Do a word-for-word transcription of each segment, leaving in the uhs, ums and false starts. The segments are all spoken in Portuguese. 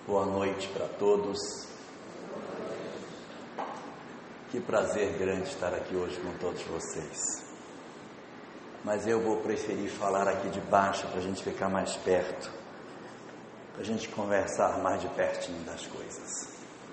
Boa noite para todos. Que prazer grande estar aqui hoje com todos vocês. Mas eu vou preferir falar aqui de baixo para a gente ficar mais perto, para a gente conversar mais de pertinho das coisas.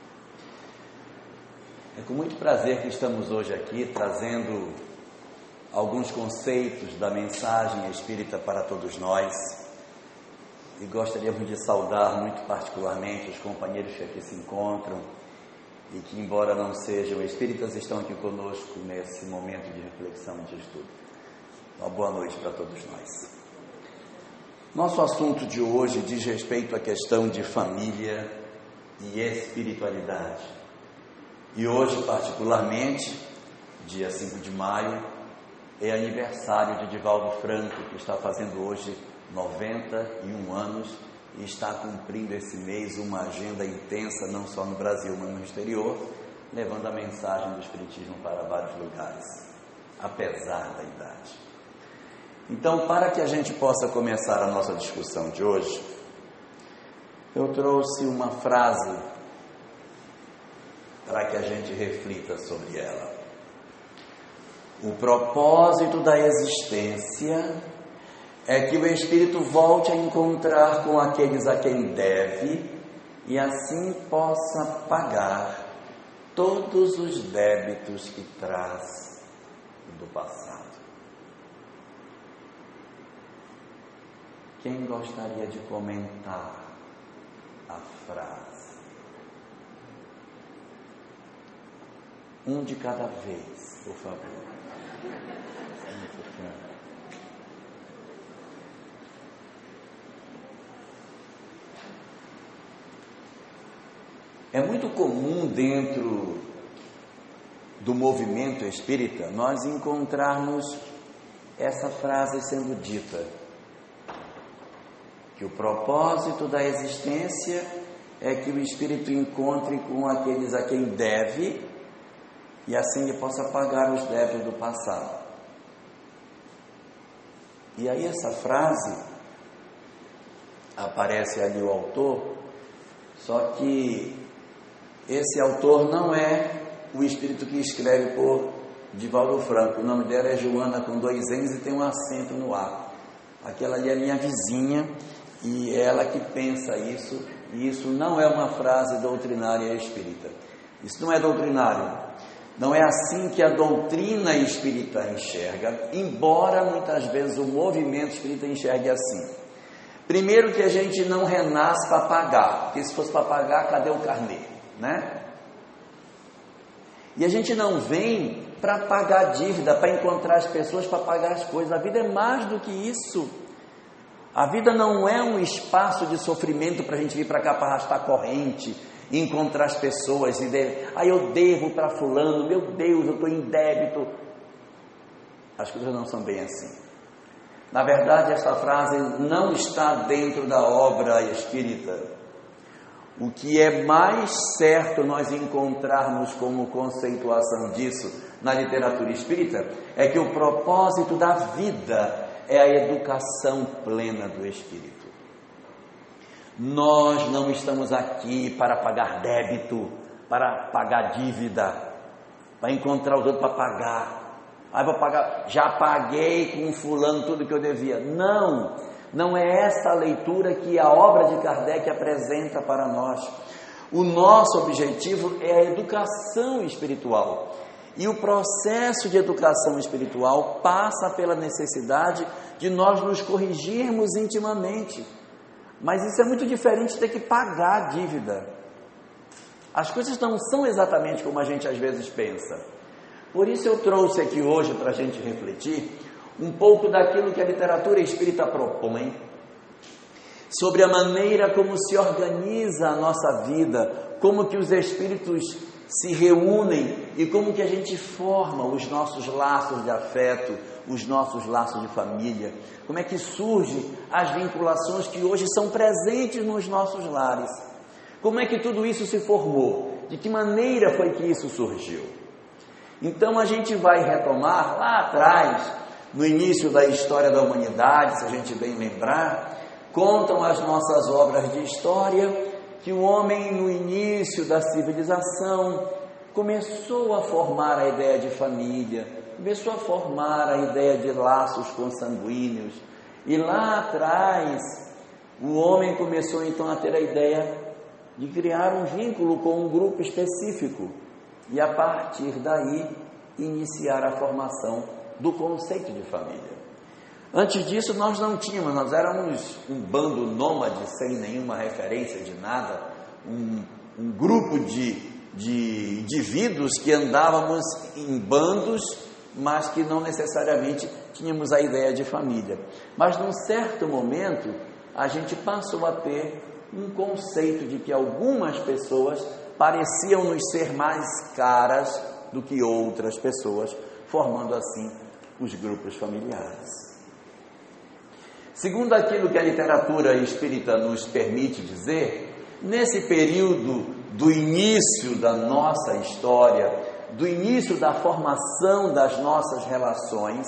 É com muito prazer que estamos hoje aqui trazendo alguns conceitos da mensagem espírita para todos nós. E gostaríamos de saudar muito particularmente os companheiros que aqui se encontram e que, embora não sejam espíritas, estão aqui conosco nesse momento de reflexão e de estudo. Uma boa noite para todos nós. Nosso assunto de hoje diz respeito à questão de família e espiritualidade. E hoje, particularmente, dia cinco de maio, é aniversário de Divaldo Franco, que está fazendo hoje noventa e um anos e está cumprindo esse mês uma agenda intensa, não só no Brasil, mas no exterior, levando a mensagem do Espiritismo para vários lugares, apesar da idade. Então, para que a gente possa começar a nossa discussão de hoje, eu trouxe uma frase para que a gente reflita sobre ela. O propósito da existência é que o espírito volte a encontrar com aqueles a quem deve e assim possa pagar todos os débitos que traz do passado. Quem gostaria de comentar a frase? Um de cada vez, por favor. É muito comum dentro do movimento espírita nós encontrarmos essa frase sendo dita, que o propósito da existência é que o espírito encontre com aqueles a quem deve e assim ele possa pagar os débitos do passado. E aí essa frase, aparece ali o autor, só que esse autor não é o espírito que escreve por Divaldo Franco. O nome dela é Joana, com dois N's e tem um acento no A. Aquela ali é minha vizinha e é ela que pensa isso. E isso não é uma frase doutrinária espírita. Isso não é doutrinário. Não é assim que a doutrina espírita enxerga, embora muitas vezes o movimento espírita enxergue assim. Primeiro que a gente não renasce para pagar, porque se fosse para pagar, cadê o carnê? Né? E a gente não vem para pagar dívida, para encontrar as pessoas, para pagar as coisas. A vida é mais do que isso. A vida não é um espaço de sofrimento para a gente vir para cá para arrastar corrente, encontrar as pessoas e dizer, ah, eu devo para fulano, meu Deus, eu estou em débito. As coisas não são bem assim. Na verdade, essa frase não está dentro da obra espírita. O que é mais certo nós encontrarmos como conceituação disso na literatura espírita é que o propósito da vida é a educação plena do espírito. Nós não estamos aqui para pagar débito, para pagar dívida, para encontrar os outros para pagar. Ah, vou pagar, já paguei com fulano tudo que eu devia. Não! Não é essa a leitura que a obra de Kardec apresenta para nós. O nosso objetivo é a educação espiritual. E o processo de educação espiritual passa pela necessidade de nós nos corrigirmos intimamente. Mas isso é muito diferente de ter que pagar a dívida. As coisas não são exatamente como a gente às vezes pensa. Por isso eu trouxe aqui hoje para a gente refletir um pouco daquilo que a literatura espírita propõe sobre a maneira como se organiza a nossa vida, como que os espíritos se reúnem e como que a gente forma os nossos laços de afeto, os nossos laços de família, como é que surgem as vinculações que hoje são presentes nos nossos lares, como é que tudo isso se formou, de que maneira foi que isso surgiu. Então a gente vai retomar lá atrás, no início da história da humanidade, se a gente bem lembrar, contam as nossas obras de história que o homem, no início da civilização, começou a formar a ideia de família, começou a formar a ideia de laços consanguíneos, e lá atrás o homem começou então a ter a ideia de criar um vínculo com um grupo específico e a partir daí iniciar a formação do conceito de família. Antes disso nós não tínhamos, nós éramos um bando nômade sem nenhuma referência de nada, um, um grupo de, de indivíduos que andávamos em bandos, mas que não necessariamente tínhamos a ideia de família. Mas num certo momento a gente passou a ter um conceito de que algumas pessoas pareciam nos ser mais caras do que outras pessoas, formando assim os grupos familiares. Segundo aquilo que a literatura espírita nos permite dizer, nesse período do início da nossa história, do início da formação das nossas relações,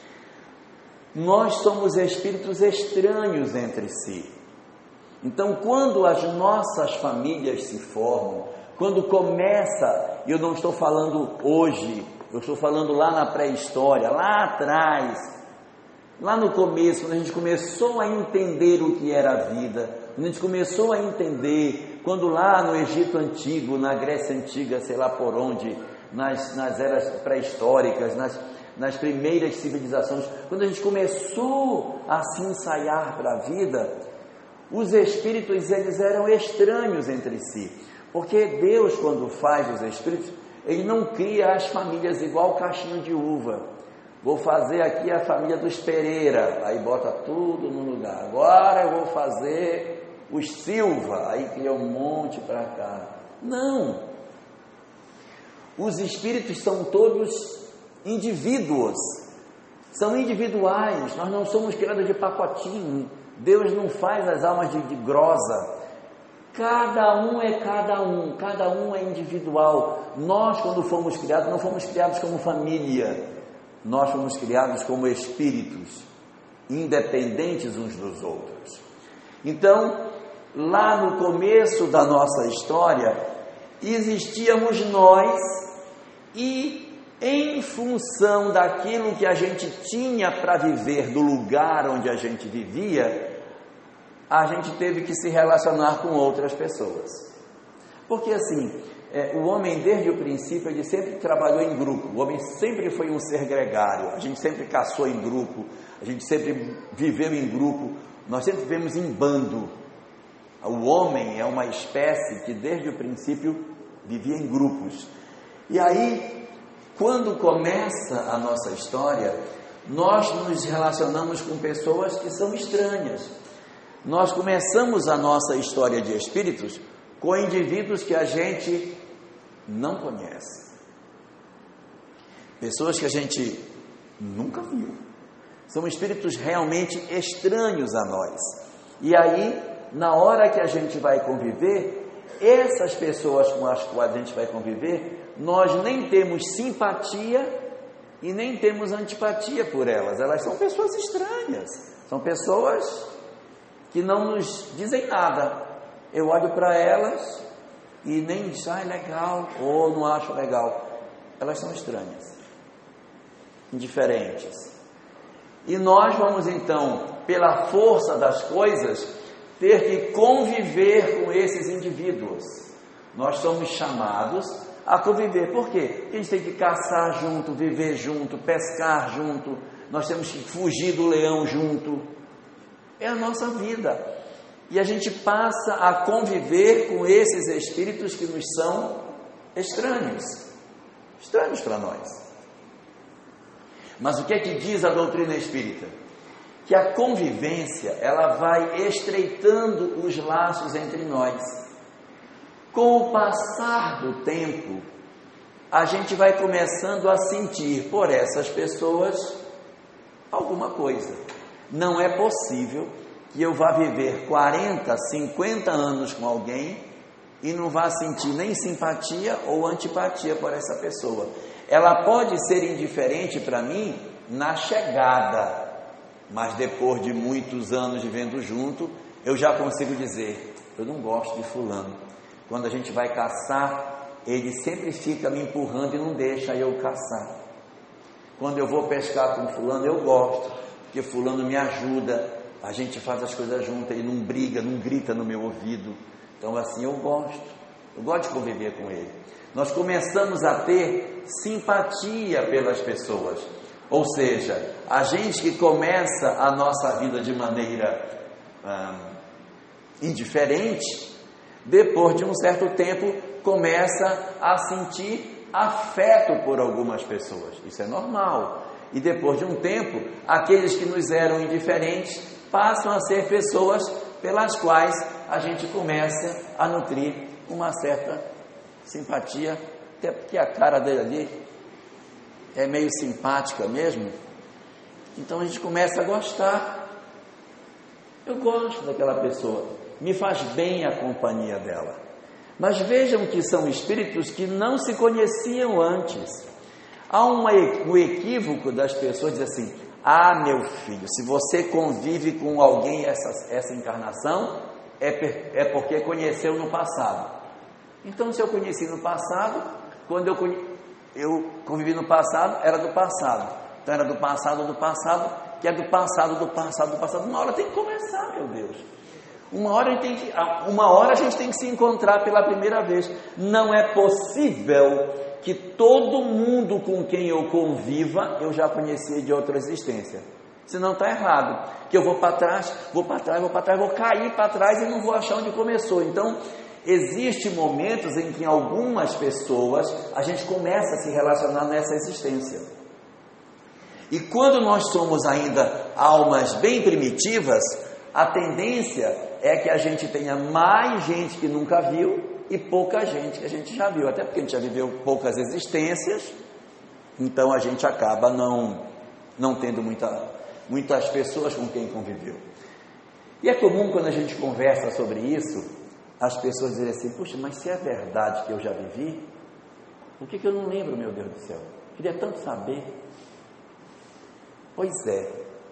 nós somos espíritos estranhos entre si. Então, quando as nossas famílias se formam, quando começa, eu não estou falando hoje, eu estou falando lá na pré-história, lá atrás, lá no começo, quando a gente começou a entender o que era a vida, quando a gente começou a entender, quando lá no Egito Antigo, na Grécia Antiga, sei lá por onde, nas, nas eras pré-históricas, nas, nas primeiras civilizações, quando a gente começou a se ensaiar para a vida, os espíritos, eles eram estranhos entre si, porque Deus, quando faz os espíritos, Ele não cria as famílias igual caixinha de uva. Vou fazer aqui a família dos Pereira, aí bota tudo no lugar. Agora eu vou fazer os Silva, aí cria um monte para cá. Não! Os espíritos são todos indivíduos, são individuais, nós não somos criados de pacotinho. Deus não faz as almas de, de grosa. Cada um é cada um, cada um é individual. Nós, quando fomos criados, não fomos criados como família, nós fomos criados como espíritos, independentes uns dos outros. Então, lá no começo da nossa história, existíamos nós e, em função daquilo que a gente tinha para viver, do lugar onde a gente vivia, a gente teve que se relacionar com outras pessoas. Porque assim, é, o homem desde o princípio, ele sempre trabalhou em grupo, o homem sempre foi um ser gregário, a gente sempre caçou em grupo, a gente sempre viveu em grupo, nós sempre vivemos em bando. O homem é uma espécie que desde o princípio vivia em grupos. E aí, quando começa a nossa história, nós nos relacionamos com pessoas que são estranhas. Nós começamos a nossa história de espíritos com indivíduos que a gente não conhece. Pessoas que a gente nunca viu. São espíritos realmente estranhos a nós. E aí, na hora que a gente vai conviver, essas pessoas com as quais a gente vai conviver, nós nem temos simpatia e nem temos antipatia por elas. Elas são pessoas estranhas. São pessoas que não nos dizem nada. Eu olho para elas e nem digo, ah, é legal, ou não acho legal. Elas são estranhas, indiferentes. E nós vamos então, pela força das coisas, ter que conviver com esses indivíduos. Nós somos chamados a conviver. Por quê? Porque a gente tem que caçar junto, viver junto, pescar junto, nós temos que fugir do leão junto. É a nossa vida. E a gente passa a conviver com esses espíritos que nos são estranhos. Estranhos para nós. Mas o que é que diz a doutrina espírita? Que a convivência, ela vai estreitando os laços entre nós. Com o passar do tempo, a gente vai começando a sentir por essas pessoas alguma coisa. Não é possível que eu vá viver quarenta, cinquenta anos com alguém e não vá sentir nem simpatia ou antipatia por essa pessoa. Ela pode ser indiferente para mim na chegada, mas depois de muitos anos vivendo junto, eu já consigo dizer, eu não gosto de fulano. Quando a gente vai caçar, ele sempre fica me empurrando e não deixa eu caçar. Quando eu vou pescar com fulano, eu gosto, porque fulano me ajuda, a gente faz as coisas juntas, ele não briga, não grita no meu ouvido. Então assim, eu gosto, eu gosto de conviver com ele. Nós começamos a ter simpatia pelas pessoas, ou seja, a gente que começa a nossa vida de maneira hum, indiferente, depois de um certo tempo começa a sentir afeto por algumas pessoas, isso é normal, e depois de um tempo, aqueles que nos eram indiferentes passam a ser pessoas pelas quais a gente começa a nutrir uma certa simpatia, até porque a cara dele ali é meio simpática mesmo, então a gente começa a gostar. Eu gosto daquela pessoa, me faz bem a companhia dela. Mas vejam que são espíritos que não se conheciam antes. Há uma, um equívoco das pessoas, diz assim, ah, meu filho, se você convive com alguém essa, essa encarnação, é, é porque conheceu no passado. Então, se eu conheci no passado, quando eu, eu convivi no passado, era do passado. Então, era do passado do passado, que é do passado do passado do passado. Uma hora tem que começar, meu Deus. Uma hora, a gente tem que, uma hora a gente tem que se encontrar pela primeira vez. Não é possível que todo mundo com quem eu conviva, eu já conhecia de outra existência. Senão está errado. Que eu vou para trás, vou para trás, vou para trás, vou cair para trás e não vou achar onde começou. Então, existem momentos em que algumas pessoas, a gente começa a se relacionar nessa existência. E quando nós somos ainda almas bem primitivas, a tendência é que a gente tenha mais gente que nunca viu e pouca gente que a gente já viu, até porque a gente já viveu poucas existências, então a gente acaba não, não tendo muita, muitas pessoas com quem conviveu. E é comum quando a gente conversa sobre isso, as pessoas dizem assim, puxa, mas se é verdade que eu já vivi, por que, que eu não lembro, meu Deus do céu? Queria tanto saber. Pois é,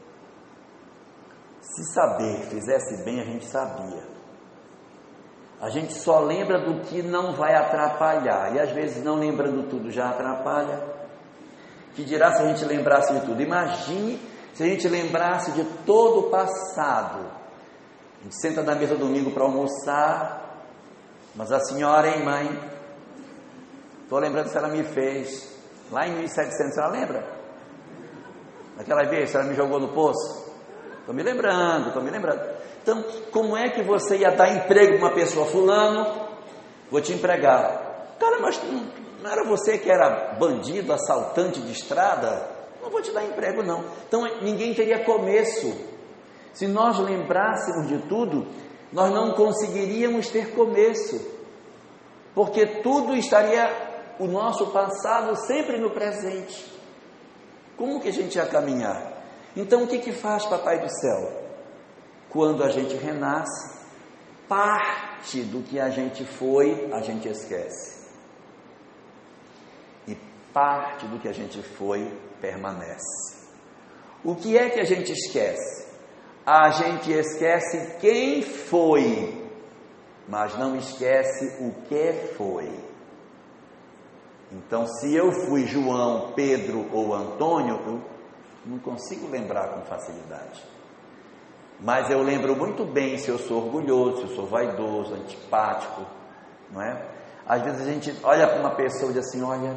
se saber fizesse bem, a gente sabia. A gente só lembra do que não vai atrapalhar, e às vezes não lembrando tudo já atrapalha. Que dirá se a gente lembrasse de tudo? Imagine se a gente lembrasse de todo o passado. A gente senta na mesa domingo para almoçar, mas a senhora, hein, mãe? Estou lembrando que a senhora me fez lá em mil e setecentos, a senhora lembra? Naquela vez, a senhora me jogou no poço? Estou me lembrando, estou me lembrando. Então, como é que você ia dar emprego para uma pessoa? Fulano, vou te empregar. Cara, mas não, não era você que era bandido, assaltante de estrada? Não vou te dar emprego, não. Então, ninguém teria começo. Se nós lembrássemos de tudo, nós não conseguiríamos ter começo. Porque tudo estaria, o nosso passado, sempre no presente. Como que a gente ia caminhar? Então, o que que faz Papai do Céu? Quando a gente renasce, parte do que a gente foi, a gente esquece. E parte do que a gente foi, permanece. O que é que a gente esquece? A gente esquece quem foi, mas não esquece o que foi. Então, se eu fui João, Pedro ou Antônio, eu não consigo lembrar com facilidade. Mas eu lembro muito bem se eu sou orgulhoso, se eu sou vaidoso, antipático, não é? Às vezes a gente olha para uma pessoa e diz assim, olha,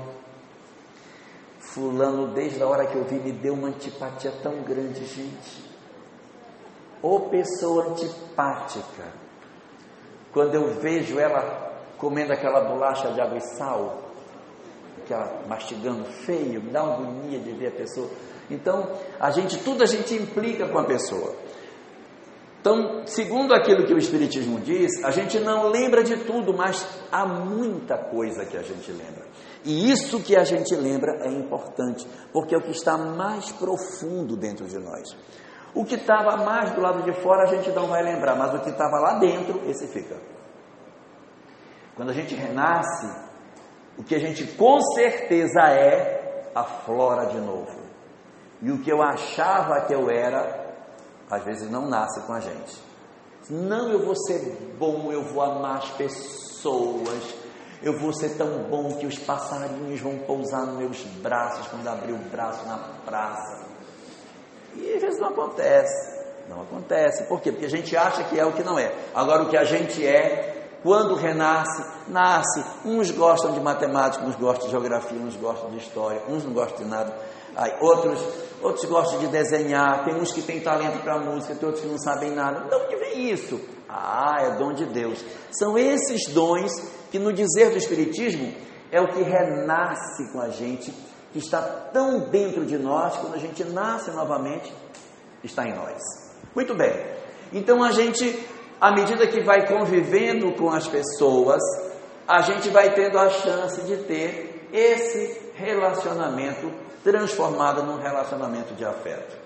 fulano desde a hora que eu vi me deu uma antipatia tão grande, gente. Ô pessoa antipática, quando eu vejo ela comendo aquela bolacha de água e sal, aquela mastigando feio, me dá uma agonia de ver a pessoa. Então, a gente, tudo a gente implica com a pessoa. Então, segundo aquilo que o Espiritismo diz, a gente não lembra de tudo, mas há muita coisa que a gente lembra. E isso que a gente lembra é importante, porque é o que está mais profundo dentro de nós. O que estava mais do lado de fora a gente não vai lembrar, mas o que estava lá dentro, esse fica. Quando a gente renasce, o que a gente com certeza é, aflora de novo. E o que eu achava que eu era, às vezes não nasce com a gente. Não, eu vou ser bom, eu vou amar as pessoas, eu vou ser tão bom que os passarinhos vão pousar nos meus braços quando abrir o braço na praça. E às vezes não acontece. Não acontece. Por quê? Porque a gente acha que é o que não é. Agora, o que a gente é, quando renasce, nasce. Uns gostam de matemática, uns gostam de geografia, uns gostam de história, uns não gostam de nada. Aí, outros, outros gostam de desenhar. Tem uns que têm talento para música, tem outros que não sabem nada. De onde vem isso? Ah, é dom de Deus. São esses dons que, no dizer do Espiritismo, é o que renasce com a gente, que está tão dentro de nós, quando a gente nasce novamente, está em nós. Muito bem. Então a gente, à medida que vai convivendo com as pessoas, a gente vai tendo a chance de ter esse relacionamento transformado num relacionamento de afeto.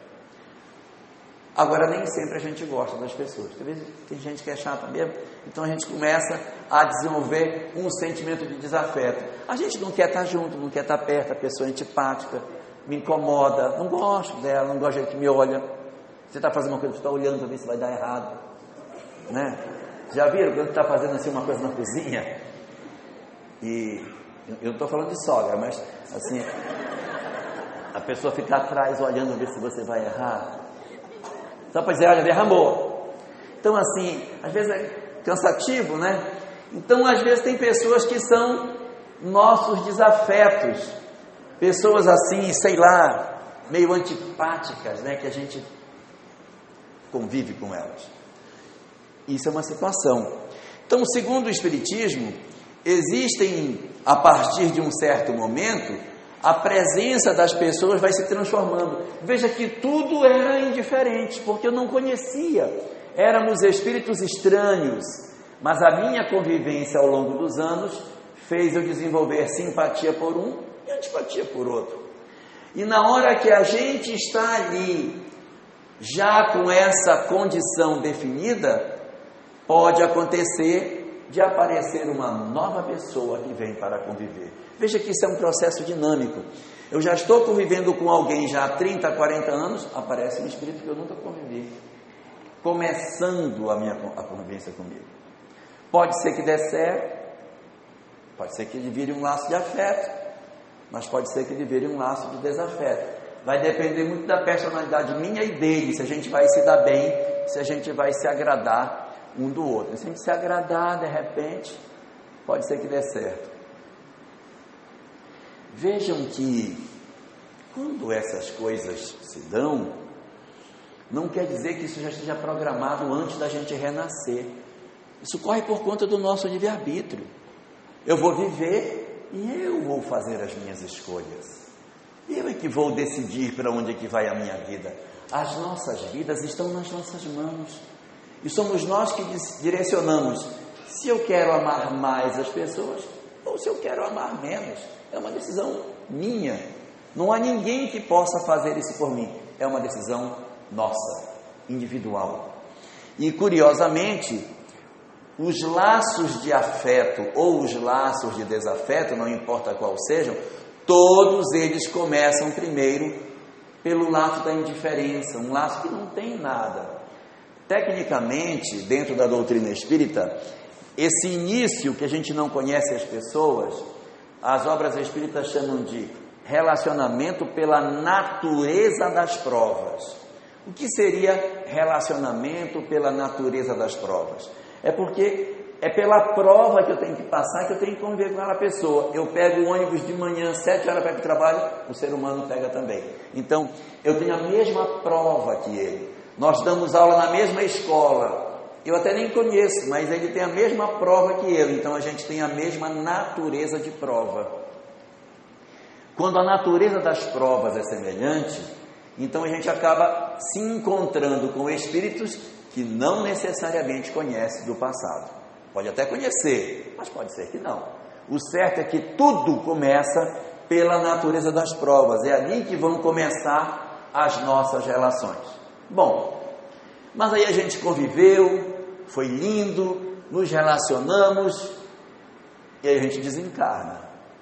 Agora, nem sempre a gente gosta das pessoas. Tem gente que é chata mesmo, então a gente começa a desenvolver um sentimento de desafeto. A gente não quer estar junto, não quer estar perto, a pessoa é antipática, me incomoda, não gosto dela, não gosto de gente que me olha. Você está fazendo uma coisa, você está olhando para ver se vai dar errado, né? Já viram quando está fazendo assim uma coisa na cozinha? E eu não estou falando de sogra, mas assim, a pessoa fica atrás olhando para ver se você vai errar. Só para dizer, olha, derramou. Então assim, às vezes é cansativo, né? Então às vezes tem pessoas que são nossos desafetos. Pessoas assim, sei lá, meio antipáticas, né? Que a gente convive com elas. Isso é uma situação. Então, segundo o Espiritismo, existem, a partir de um certo momento, a presença das pessoas vai se transformando. Veja que tudo era indiferente, porque eu não conhecia. Éramos espíritos estranhos, mas a minha convivência ao longo dos anos fez eu desenvolver simpatia por um e antipatia por outro. E na hora que a gente está ali, já com essa condição definida, pode acontecer de aparecer uma nova pessoa que vem para conviver. Veja que isso é um processo dinâmico. Eu já estou convivendo com alguém já há trinta, quarenta anos, aparece um espírito que eu nunca convivi, começando a minha a convivência comigo. Pode ser que dê certo, pode ser que ele vire um laço de afeto, mas pode ser que ele vire um laço de desafeto. Vai depender muito da personalidade minha e dele, se a gente vai se dar bem, se a gente vai se agradar um do outro. Se a gente se agradar, de repente, pode ser que dê certo. Vejam que, quando essas coisas se dão, não quer dizer que isso já esteja programado antes da gente renascer. Isso corre por conta do nosso livre-arbítrio. Eu vou viver e eu vou fazer as minhas escolhas. Eu é que vou decidir para onde é que vai a minha vida. As nossas vidas estão nas nossas mãos. E somos nós que direcionamos se eu quero amar mais as pessoas ou se eu quero amar menos. É uma decisão minha. Não há ninguém que possa fazer isso por mim. É uma decisão nossa, individual. E curiosamente, os laços de afeto ou os laços de desafeto, não importa qual sejam, todos eles começam primeiro pelo laço da indiferença, um laço que não tem nada. Tecnicamente, dentro da doutrina espírita, esse início que a gente não conhece as pessoas, as obras espíritas chamam de relacionamento pela natureza das provas. O que seria relacionamento pela natureza das provas? É porque é pela prova que eu tenho que passar que eu tenho que conviver com aquela pessoa. Eu pego o ônibus de manhã, sete horas para ir para o trabalho, o ser humano pega também. Então, eu tenho a mesma prova que ele. Nós damos aula na mesma escola. Eu até nem conheço, mas ele tem a mesma prova que eu. Então, a gente tem a mesma natureza de prova. Quando a natureza das provas é semelhante, então a gente acaba se encontrando com espíritos que não necessariamente conhece do passado. Pode até conhecer, mas pode ser que não. O certo é que tudo começa pela natureza das provas. É ali que vão começar as nossas relações. Bom, mas aí a gente conviveu, foi lindo, nos relacionamos e aí a gente desencarna.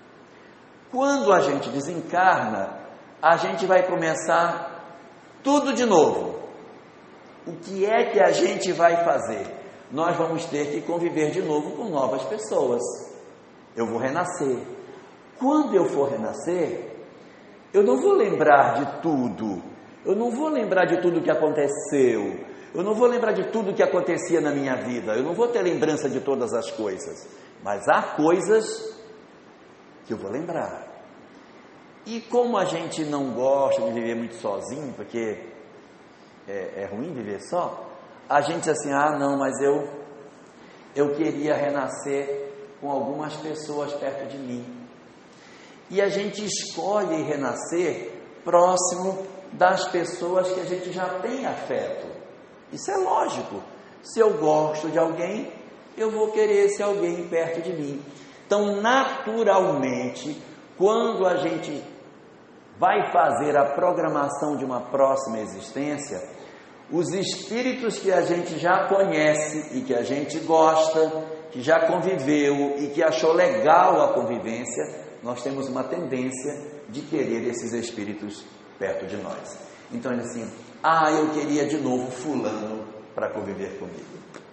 Quando a gente desencarna, a gente vai começar tudo de novo. o que é que a gente vai fazer? Nós vamos ter que conviver de novo com novas pessoas. Eu vou renascer. Quando eu for renascer, eu não vou lembrar de tudo. Eu não vou lembrar de tudo que aconteceu. Eu não vou lembrar de tudo que acontecia na minha vida. Eu não vou ter lembrança de todas as coisas. Mas há coisas que eu vou lembrar. E como a gente não gosta de viver muito sozinho, porque é, é ruim viver só, a gente diz assim, ah não, mas eu, eu queria renascer com algumas pessoas perto de mim. E a gente escolhe renascer próximo das pessoas que a gente já tem afeto. Isso é lógico. Se eu gosto de alguém, eu vou querer esse alguém perto de mim. Então, naturalmente, quando a gente vai fazer a programação de uma próxima existência, os espíritos que a gente já conhece e que a gente gosta, que já conviveu e que achou legal a convivência, nós temos uma tendência de querer esses espíritos perto de nós. Então, é assim, ah, eu queria de novo fulano para conviver comigo.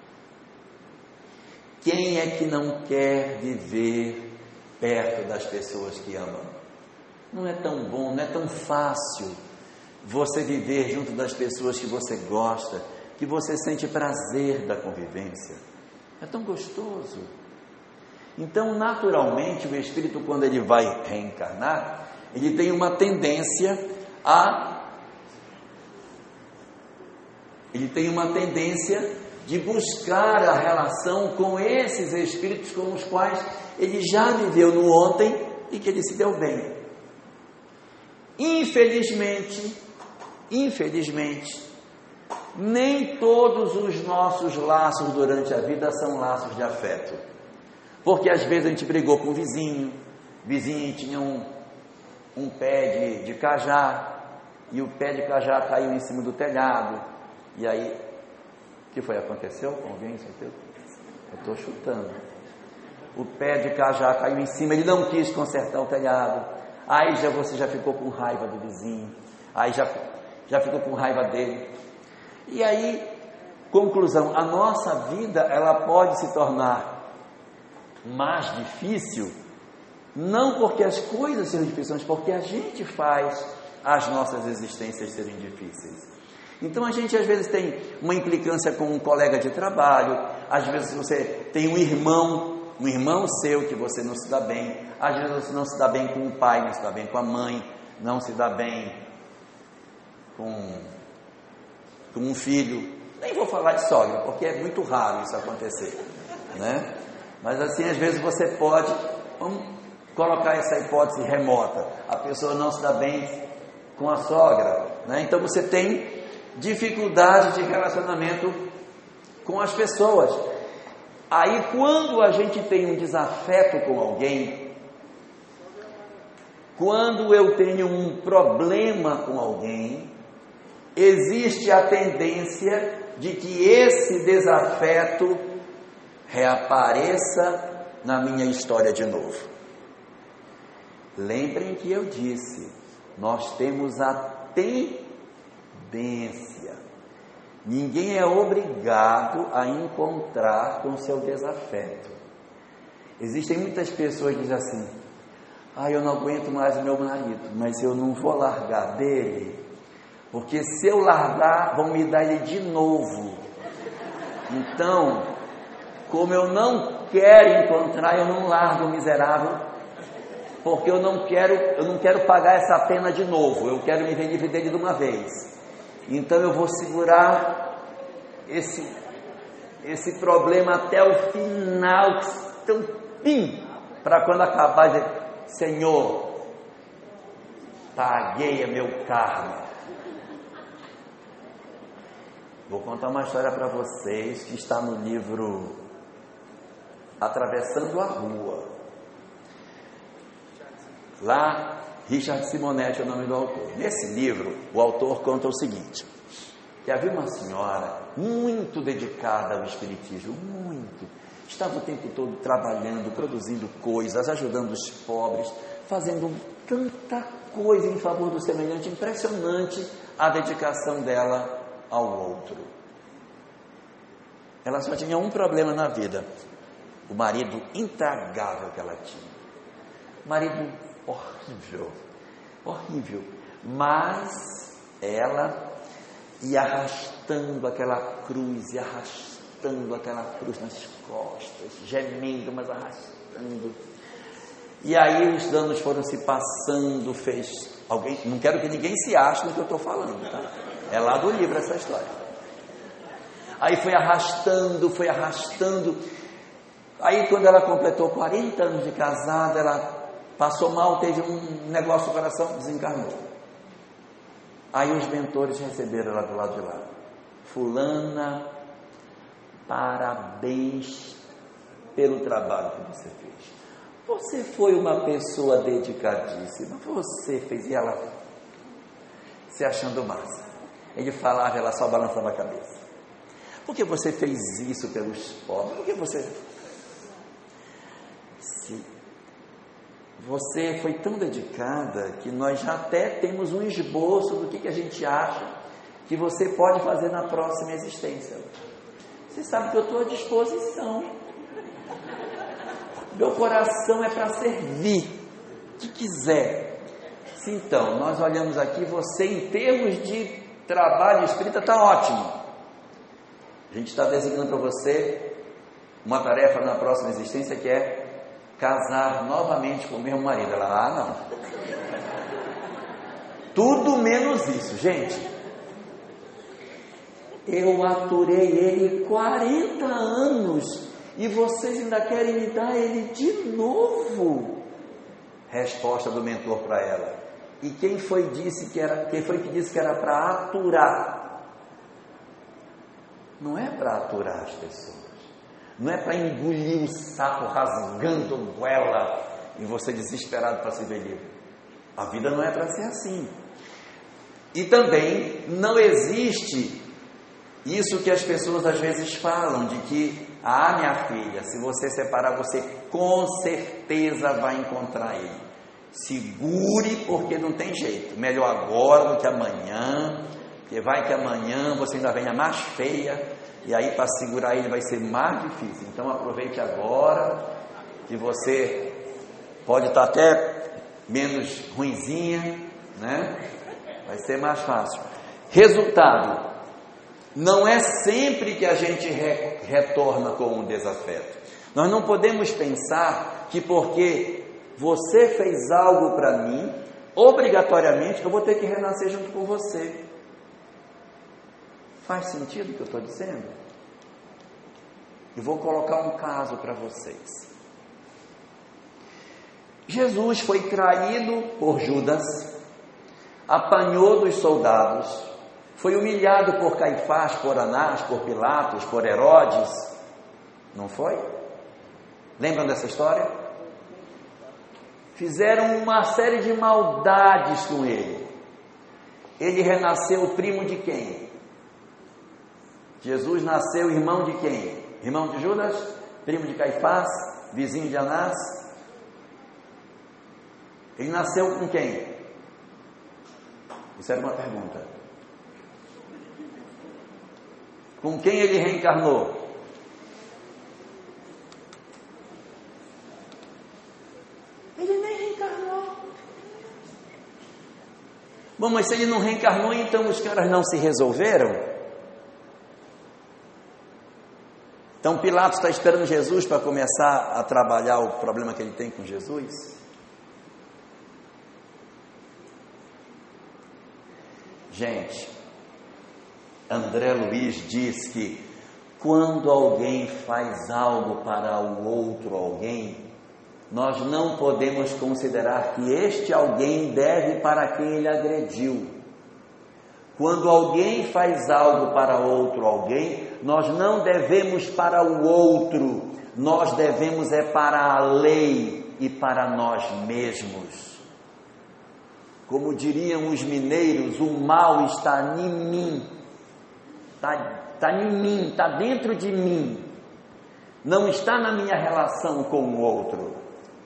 Quem é que não quer viver perto das pessoas que amam? Não é tão bom, não é tão fácil você viver junto das pessoas que você gosta, que você sente prazer da convivência. É tão gostoso. Então, naturalmente, o espírito, quando ele vai reencarnar, ele tem uma tendência a... Ele tem uma tendência de buscar a relação com esses espíritos com os quais ele já viveu no ontem e que ele se deu bem. Infelizmente, infelizmente, nem todos os nossos laços durante a vida são laços de afeto. Porque às vezes a gente brigou com o vizinho, o vizinho tinha um, um pé de, de cajá, e o pé de cajá caiu em cima do telhado, e aí, o que foi? Aconteceu com alguém? Eu estou chutando. O pé de cajá caiu em cima, ele não quis consertar o telhado, aí já, você já ficou com raiva do vizinho, aí já, já ficou com raiva dele. E aí, conclusão, a nossa vida, ela pode se tornar mais difícil, não porque as coisas sejam difíceis, mas porque a gente faz as nossas existências serem difíceis. Então a gente às vezes tem uma implicância com um colega de trabalho, às vezes você tem um irmão, um irmão seu que você não se dá bem, às vezes você não se dá bem com o pai, não se dá bem com a mãe, não se dá bem com, com um filho. Nem vou falar de sogra, porque é muito raro isso acontecer, né? Mas assim, às vezes você pode, vamos colocar essa hipótese remota, a pessoa não se dá bem com a sogra, né? Então você tem dificuldade de relacionamento com as pessoas. Aí quando a gente tem um desafeto com alguém, quando eu tenho um problema com alguém, existe a tendência de que esse desafeto reapareça na minha história de novo. Lembrem que eu disse, nós temos a tendência. Ninguém é obrigado a encontrar com seu desafeto. Existem muitas pessoas que dizem assim, ah, eu não aguento mais o meu marido, mas eu não vou largar dele, porque se eu largar, vão me dar ele de novo. Então, como eu não quero encontrar, eu não largo o miserável, porque eu não quero, eu não quero pagar essa pena de novo, eu quero me ver livre dele de uma vez. Então eu vou segurar esse, esse problema até o final, tão fim, para quando acabar, dizer, Senhor, paguei meu karma. Vou contar uma história para vocês que está no livro Atravessando a Rua. Lá, Richard Simonetti é o nome do autor. Nesse livro, o autor conta o seguinte, que havia uma senhora muito dedicada ao espiritismo, muito. Estava o tempo todo trabalhando, produzindo coisas, ajudando os pobres, fazendo tanta coisa em favor do semelhante, impressionante a dedicação dela ao outro. ela só tinha um problema na vida: o marido intragável que ela tinha. Marido horrível, horrível. Mas ela ia arrastando aquela cruz, e arrastando aquela cruz nas costas, gemendo, mas arrastando. E aí os anos foram se passando, fez alguém, não quero que ninguém se ache no que eu estou falando, tá? É lá do livro essa história. Aí foi arrastando, foi arrastando. Aí quando ela completou quarenta anos de casada, ela passou mal, teve um negócio no coração, desencarnou. Aí os mentores receberam ela do lado de lá: fulana, parabéns pelo trabalho que você fez. Você foi uma pessoa dedicadíssima, você fez. E ela se achando massa. Ele falava, ela só balançava a cabeça. Por que você fez isso pelos pobres? Por que você... Se você foi tão dedicada que nós já até temos um esboço do que, que a gente acha que você pode fazer na próxima existência. Você sabe que eu estou à disposição. Meu coração é para servir, o que quiser. Então, nós olhamos aqui, você em termos de trabalho espírita está ótimo. A gente está designando para você uma tarefa na próxima existência, que é casar novamente com o mesmo marido. Ela, ah, não. Tudo menos isso, gente. Eu aturei ele quarenta anos e vocês ainda querem me dar ele de novo? Resposta do mentor para ela: e quem foi, disse que era, quem foi que disse que era para aturar? Não é para aturar as pessoas, não é para engolir o saco rasgando goela e você desesperado para se ver livre. A vida não é para ser assim. E também não existe isso que as pessoas às vezes falam, de que, ah, minha filha, se você separar, você com certeza vai encontrar ele. Segure, porque não tem jeito. Melhor agora do que amanhã, porque vai que amanhã você ainda venha mais feia, e aí para segurar ele vai ser mais difícil. Então aproveite agora, que você pode estar até menos ruinzinha, né? Vai ser mais fácil. Resultado: não é sempre que a gente re, retorna com um desafeto. Nós não podemos pensar que porque você fez algo para mim, obrigatoriamente eu vou ter que renascer junto com você. Faz sentido o que eu estou dizendo? E vou colocar um caso para vocês. Jesus foi traído por Judas, apanhou dos soldados, foi humilhado por Caifás, por Anás, por Pilatos, por Herodes. Não foi? Lembram dessa história? Fizeram uma série de maldades com ele. Ele renasceu primo de quem? Jesus nasceu irmão de quem? Irmão de Judas? Primo de Caifás? Vizinho de Anás? Ele nasceu com quem? Isso era uma pergunta. Com quem ele reencarnou? Ele nem reencarnou. Bom, mas se ele não reencarnou, então os caras não se resolveram? Então Pilatos está esperando Jesus para começar a trabalhar o problema que ele tem com Jesus? Gente, André Luiz diz que quando alguém faz algo para o outro alguém, nós não podemos considerar que este alguém deve para quem ele agrediu. Quando alguém faz algo para outro alguém, nós não devemos para o outro, nós devemos é para a lei e para nós mesmos. Como diriam os mineiros, o mal está em mim, está, está em mim, está dentro de mim, não está na minha relação com o outro.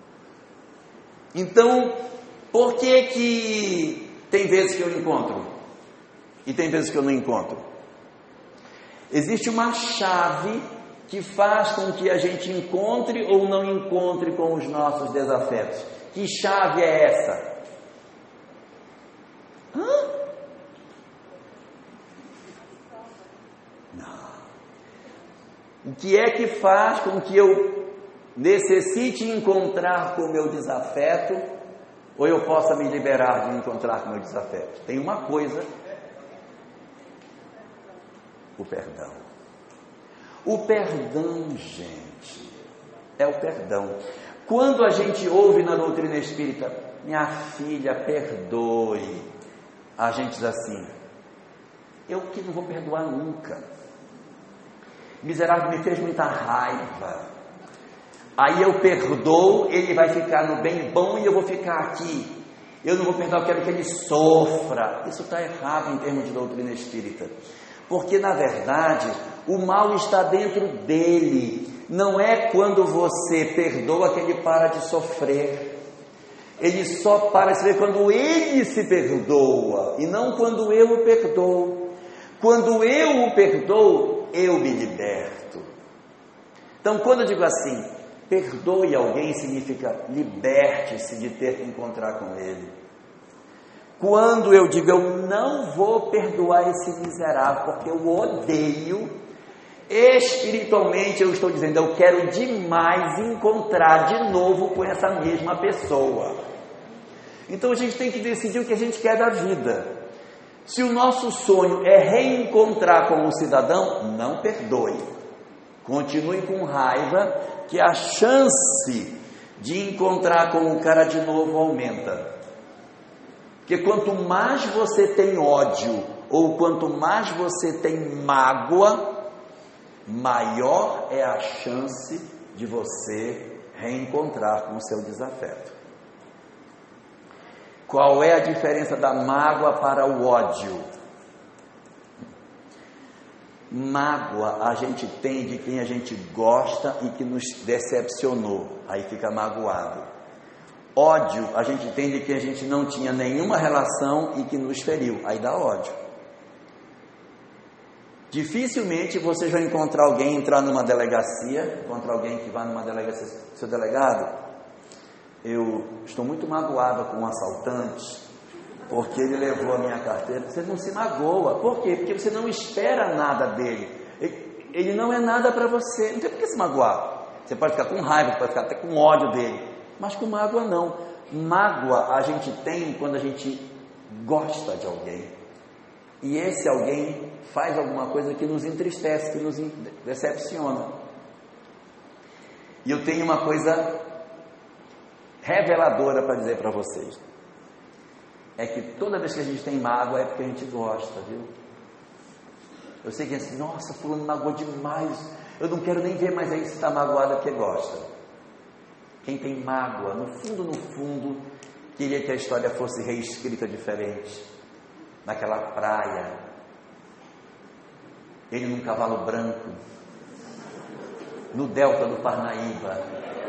Então, por que que tem vezes que eu encontro e tem vezes que eu não encontro? Existe uma chave que faz com que a gente encontre ou não encontre com os nossos desafetos. Que chave é essa? Hã? Não. O que é que faz com que eu necessite encontrar com o meu desafeto ou eu possa me liberar de encontrar com o meu desafeto? Tem uma coisa: o perdão. O perdão, gente, é o perdão. Quando a gente ouve na doutrina espírita, minha filha, perdoe, a gente diz assim: eu que não vou perdoar nunca. Miserável me fez muita raiva. Aí eu perdoo, ele vai ficar no bem bom e eu vou ficar aqui. Eu não vou perdoar, eu quero que ele sofra. Isso está errado em termos de doutrina espírita. Porque, na verdade, o mal está dentro dele. Não é quando você perdoa que ele para de sofrer. Ele só para de sofrer quando ele se perdoa, e não quando eu o perdoo. Quando eu o perdoo, eu me liberto. Então, quando eu digo assim, perdoe alguém, significa liberte-se de ter que encontrar com ele. Quando eu digo eu não vou perdoar esse miserável porque eu o odeio, espiritualmente eu estou dizendo eu quero demais encontrar de novo com essa mesma pessoa. Então a gente tem que decidir o que a gente quer da vida. Se o nosso sonho é reencontrar com o cidadão, não perdoe. Continue com raiva, que a chance de encontrar com o cara de novo aumenta. Porque quanto mais você tem ódio, ou quanto mais você tem mágoa, maior é a chance de você reencontrar com o seu desafeto. Qual é a diferença da mágoa para o ódio? Mágoa a gente tem de quem a gente gosta e que nos decepcionou, aí fica magoado. Ódio a gente tem de quem a gente não tinha nenhuma relação e que nos feriu, aí dá ódio. Dificilmente vocês vão encontrar alguém entrar numa delegacia, encontrar alguém que vai numa delegacia, seu delegado, eu estou muito magoada com um assaltante, porque ele levou a minha carteira. Você não se magoa, por quê? Porque você não espera nada dele, ele, ele não é nada para você, não tem por que se magoar. Você pode ficar com raiva, pode ficar até com ódio dele, mas com mágoa não. Mágoa a gente tem quando a gente gosta de alguém, e esse alguém faz alguma coisa que nos entristece, que nos decepciona. E eu tenho uma coisa reveladora para dizer para vocês, é que toda vez que a gente tem mágoa é porque a gente gosta, viu? Eu sei que é assim, nossa, fulano magoou demais, eu não quero nem ver mais aí se está magoado porque gosta. Quem tem mágoa, no fundo, no fundo, queria que a história fosse reescrita diferente. Naquela praia, ele num cavalo branco, no delta do Parnaíba,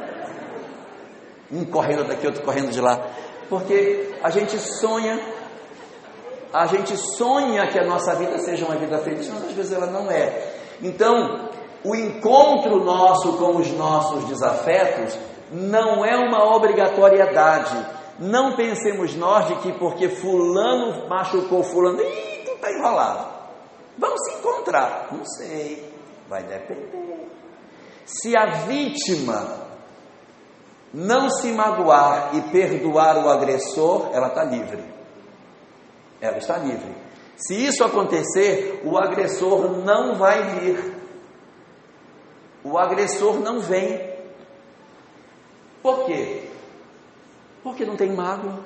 um correndo daqui, outro correndo de lá, porque a gente sonha, a gente sonha que a nossa vida seja uma vida feliz, mas às vezes ela não é. Então, o encontro nosso com os nossos desafetos não é uma obrigatoriedade. Não pensemos nós de que porque fulano machucou fulano, ih, tu está enrolado, vamos se encontrar. Não sei, vai depender. Se a vítima não se magoar e perdoar o agressor, ela está livre. Ela está livre. Se isso acontecer, o agressor não vai vir. O agressor não vem. Por quê? Porque não tem mágoa.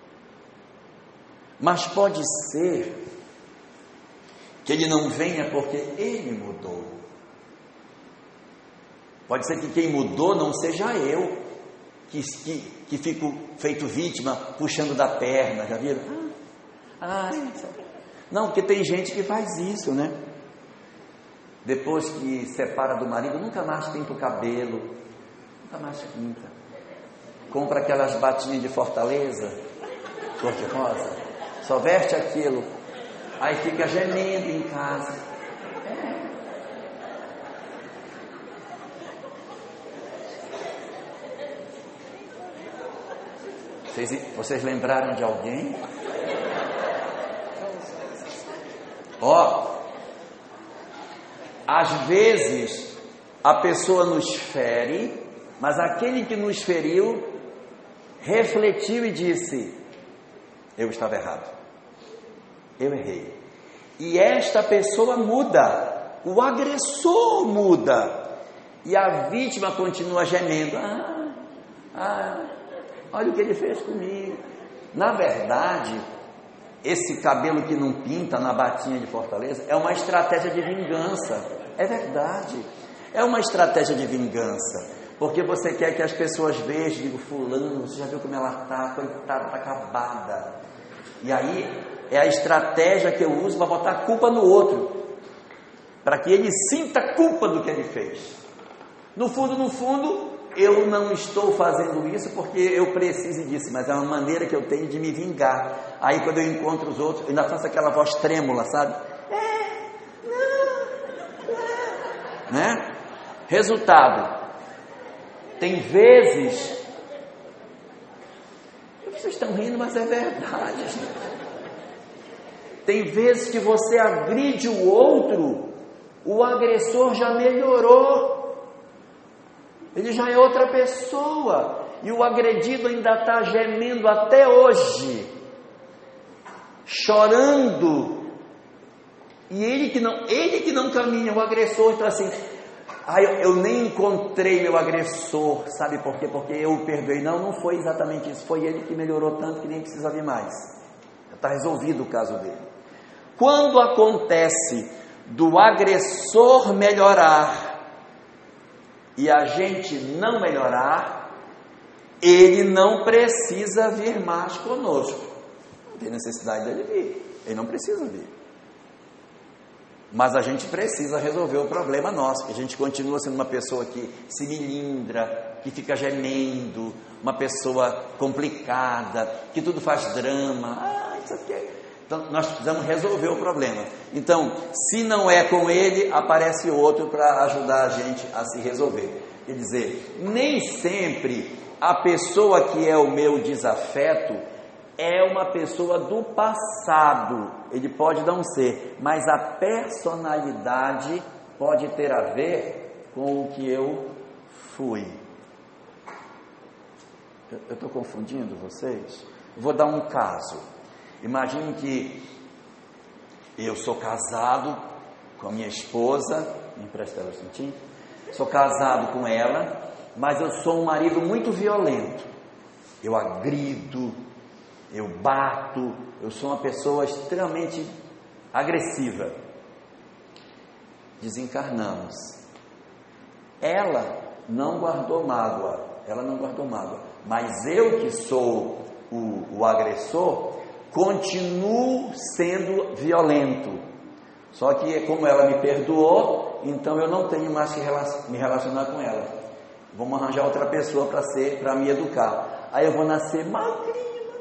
Mas pode ser que ele não venha porque ele mudou. Pode ser que quem mudou não seja eu, que, que, que fico feito vítima, puxando da perna, já viram? Ah, não, porque tem gente que faz isso, né? Depois que separa do marido, nunca mais pinta o cabelo, nunca mais pinta. Compra aquelas batinhas de Fortaleza, cor de rosa, só veste aquilo, aí fica gemendo em casa. É. Vocês, vocês lembraram de alguém? Ó, às vezes a pessoa nos fere, mas aquele que nos feriu refletiu e disse: eu estava errado, eu errei. E esta pessoa muda, o agressor muda, e a vítima continua gemendo: ah, ah, olha o que ele fez comigo. Na verdade, esse cabelo que não pinta na batinha de Fortaleza é uma estratégia de vingança. É verdade, é uma estratégia de vingança, porque você quer que as pessoas vejam, digo, fulano, você já viu como ela está, coitada, está acabada. E aí é a estratégia que eu uso para botar a culpa no outro, para que ele sinta a culpa do que ele fez. No fundo, no fundo, eu não estou fazendo isso porque eu preciso disso, mas é uma maneira que eu tenho de me vingar. Aí quando eu encontro os outros, eu ainda faço aquela voz trêmula, sabe? É, não, não. Né? Resultado, tem vezes, vocês estão rindo, mas é verdade, gente. Tem vezes que você agride o outro, o agressor já melhorou. Ele já é outra pessoa, e o agredido ainda está gemendo até hoje, chorando, e ele que não, ele que não caminha, o agressor está assim: ah, eu, eu nem encontrei meu agressor, sabe por quê? Porque eu o perdoei. Não, não foi exatamente isso, foi ele que melhorou tanto que nem precisa vir mais, está resolvido o caso dele. Quando acontece do agressor melhorar e a gente não melhorar, ele não precisa vir mais conosco. Não tem necessidade dele vir, ele não precisa vir. Mas a gente precisa resolver o problema nosso, que a gente continua sendo uma pessoa que se melindra, que fica gemendo, uma pessoa complicada, que tudo faz drama. Ah, isso aqui é... Então, nós precisamos resolver o problema. Então, se não é com ele, aparece outro para ajudar a gente a se resolver. Quer dizer, nem sempre a pessoa que é o meu desafeto é uma pessoa do passado. Ele pode não ser, mas a personalidade pode ter a ver com o que eu fui. Eu estou confundindo vocês? Vou dar um caso. Imagine que eu sou casado com a minha esposa, me empresta ela um instantinho. Sou casado com ela, mas eu sou um marido muito violento. Eu agrido, eu bato, eu sou uma pessoa extremamente agressiva. Desencarnamos. Ela não guardou mágoa, ela não guardou mágoa, mas eu que sou o, o agressor, continuo sendo violento. Só que como ela me perdoou, então eu não tenho mais que me relacionar com ela. Vamos arranjar outra pessoa para ser, para me educar. Aí eu vou nascer magrinho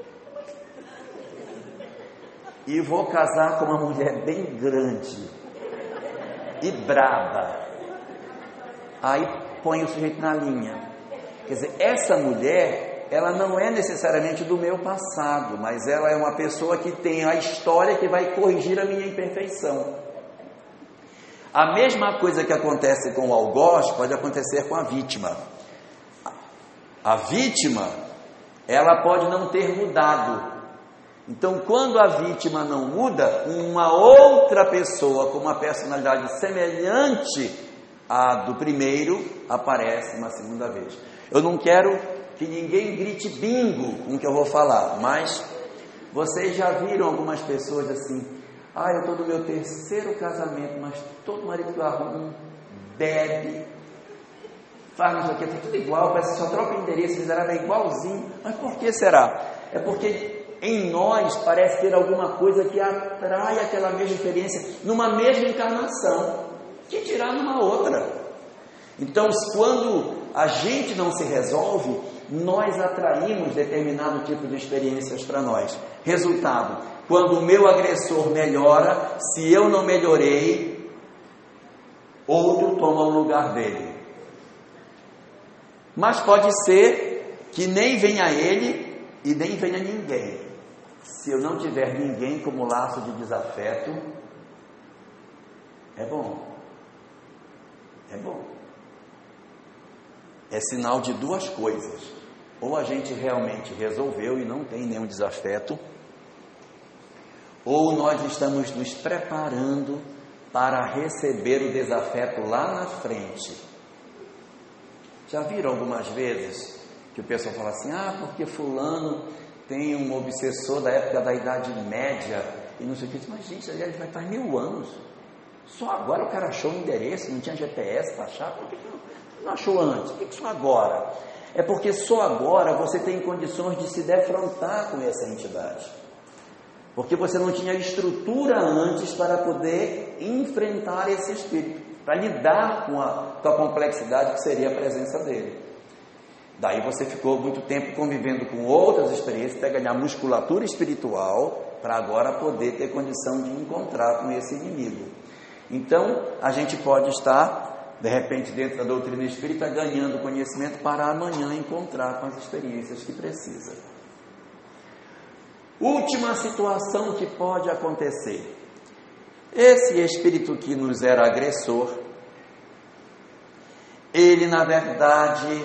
e vou casar com uma mulher bem grande e braba. Aí põe o sujeito na linha. Quer dizer, essa mulher, ela não é necessariamente do meu passado, mas ela é uma pessoa que tem a história que vai corrigir a minha imperfeição. A mesma coisa que acontece com o algoz pode acontecer com a vítima. A vítima, ela pode não ter mudado. Então, quando a vítima não muda, uma outra pessoa com uma personalidade semelhante à do primeiro aparece uma segunda vez. Eu não quero que ninguém grite bingo com o que eu vou falar, mas vocês já viram algumas pessoas assim: ah, eu estou no meu terceiro casamento, mas todo marido que eu arrumo bebe, faz isso aqui, é tudo igual, parece que só troca o endereço, miserável, é igualzinho. Mas por que será? É porque em nós parece ter alguma coisa que atrai aquela mesma experiência numa mesma encarnação, que dirá numa outra. Então, quando a gente não se resolve, nós atraímos determinado tipo de experiências para nós. Resultado, quando o meu agressor melhora, se eu não melhorei, outro toma o lugar dele. Mas pode ser que nem venha ele e nem venha ninguém. Se eu não tiver ninguém como laço de desafeto, é bom. É bom. É sinal de duas coisas. Ou a gente realmente resolveu e não tem nenhum desafeto, ou nós estamos nos preparando para receber o desafeto lá na frente. Já viram algumas vezes que o pessoal fala assim, ah, porque fulano tem um obsessor da época da Idade Média, e não sei o que, mas gente, ele vai faz mil anos, só agora o cara achou o endereço, não tinha G P S para achar, por que não, não achou antes? Por que só agora? É porque só agora você tem condições de se defrontar com essa entidade, porque você não tinha estrutura antes para poder enfrentar esse espírito, para lidar com a, com a complexidade que seria a presença dele. Daí você ficou muito tempo convivendo com outras experiências até ganhar musculatura espiritual para agora poder ter condição de encontrar com esse inimigo. Então, a gente pode estar, de repente, dentro da doutrina espírita, ganhando conhecimento para amanhã encontrar com as experiências que precisa. Última situação que pode acontecer. Esse espírito que nos era agressor, ele, na verdade,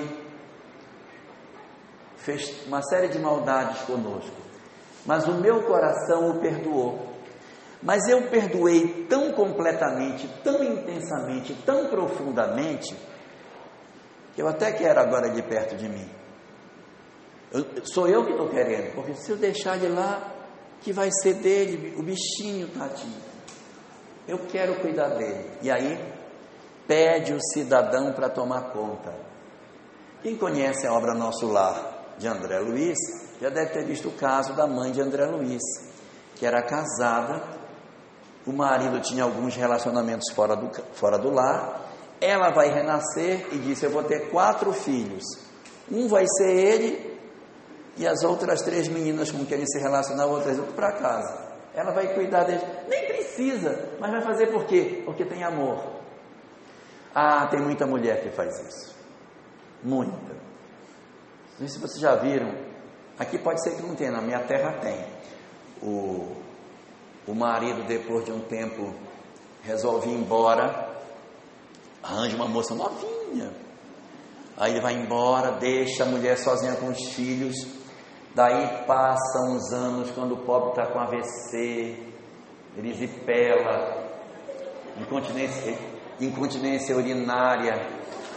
fez uma série de maldades conosco, mas o meu coração o perdoou. Mas eu perdoei tão completamente, tão intensamente, tão profundamente, que eu até quero agora ele perto de mim. Eu, sou eu que estou querendo, porque se eu deixar ele lá, que vai ser dele, o bichinho, tadinho. Eu quero cuidar dele. E aí, pede o cidadão para tomar conta. Quem conhece a obra Nosso Lar, de André Luiz, já deve ter visto o caso da mãe de André Luiz, que era casada, o marido tinha alguns relacionamentos fora do, fora do lar, ela vai renascer e disse, eu vou ter quatro filhos, um vai ser ele, e as outras três meninas com quem ele se relacionava, outras vão para casa, ela vai cuidar deles, nem precisa, mas vai fazer por quê? Porque tem amor. Ah, tem muita mulher que faz isso, muita. Não sei se vocês já viram, aqui pode ser que não tenha, na minha terra tem. O, o marido, depois de um tempo, resolve ir embora, arranja uma moça novinha, aí ele vai embora, deixa a mulher sozinha com os filhos, daí passam uns anos, quando o pobre está com A V C, erisipela, incontinência, incontinência urinária,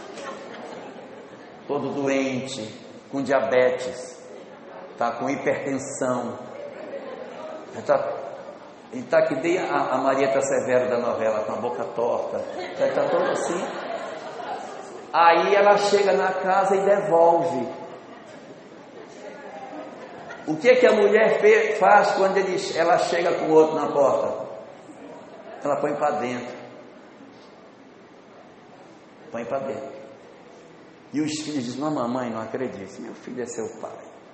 todo doente, com diabetes, está com hipertensão, está tá que nem a, a Marieta Severo da novela, com a boca torta, está todo assim. Aí ela chega na casa e devolve. O que, que a mulher fe, faz quando ele, ela chega com o outro na porta? Ela põe para dentro. Põe para dentro. E os filhos dizem, não, mamãe, não acredito, meu filho é seu pai.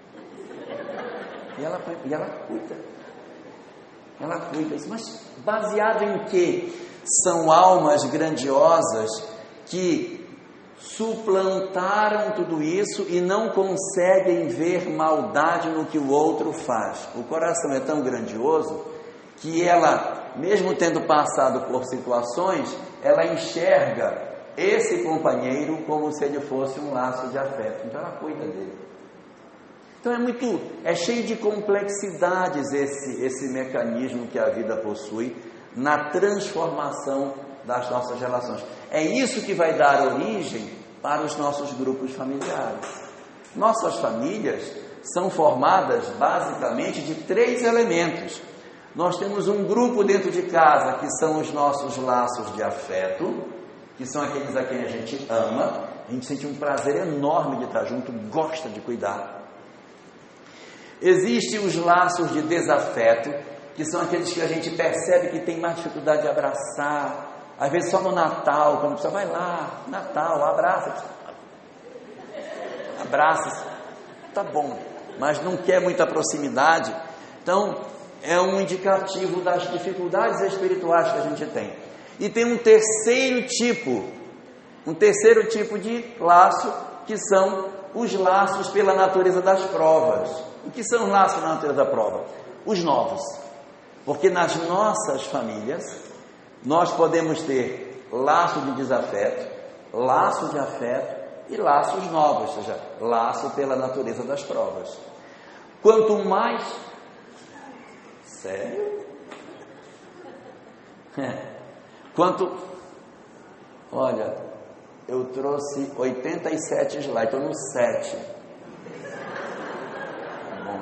E ela, e ela cuida. Ela cuida. Mas baseado em quê? São almas grandiosas que suplantaram tudo isso e não conseguem ver maldade no que o outro faz. O coração é tão grandioso que ela, mesmo tendo passado por situações, ela enxerga esse companheiro como se ele fosse um laço de afeto. Então ela cuida dele. Então é muito, é cheio de complexidades esse, esse mecanismo que a vida possui na transformação das nossas relações. É isso que vai dar origem para os nossos grupos familiares. Nossas famílias são formadas basicamente de três elementos. Nós temos um grupo dentro de casa que são os nossos laços de afeto, que são aqueles a quem a gente ama, a gente sente um prazer enorme de estar junto, gosta de cuidar. Existem os laços de desafeto, que são aqueles que a gente percebe que tem mais dificuldade de abraçar, às vezes só no Natal, quando a pessoa vai lá, Natal, abraça, abraça, tá bom, mas não quer muita proximidade. Então, é um indicativo das dificuldades espirituais que a gente tem. E tem um terceiro tipo, um terceiro tipo de laço, que são os laços pela natureza das provas. O que são os laços na natureza da prova? Os novos. Porque nas nossas famílias, nós podemos ter laço de desafeto, laço de afeto e laços novos, ou seja, laço pela natureza das provas. Quanto mais... Sério? Quanto... Olha, eu trouxe oitenta e sete slides, estou no sete. Bom,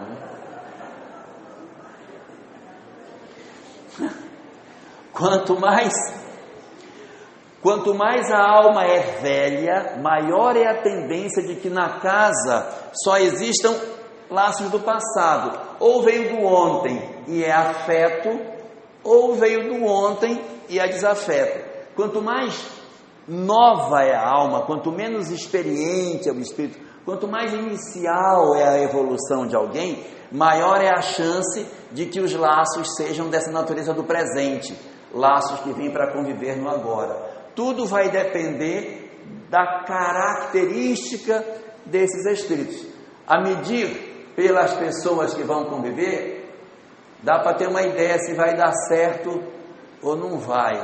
né? Quanto mais... Quanto mais a alma é velha, maior é a tendência de que na casa só existam laços do passado. Ou veio do ontem e é afeto, ou veio do ontem e é desafeto. Quanto mais nova é a alma, quanto menos experiente é o espírito, quanto mais inicial é a evolução de alguém, maior é a chance de que os laços sejam dessa natureza do presente, laços que vêm para conviver no agora. Tudo vai depender da característica desses espíritos. A medir pelas pessoas que vão conviver, dá para ter uma ideia se vai dar certo ou não vai.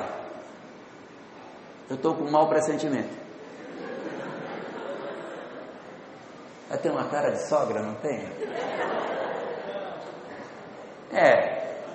Eu estou com um mau pressentimento. Vai ter uma cara de sogra, não tem? É.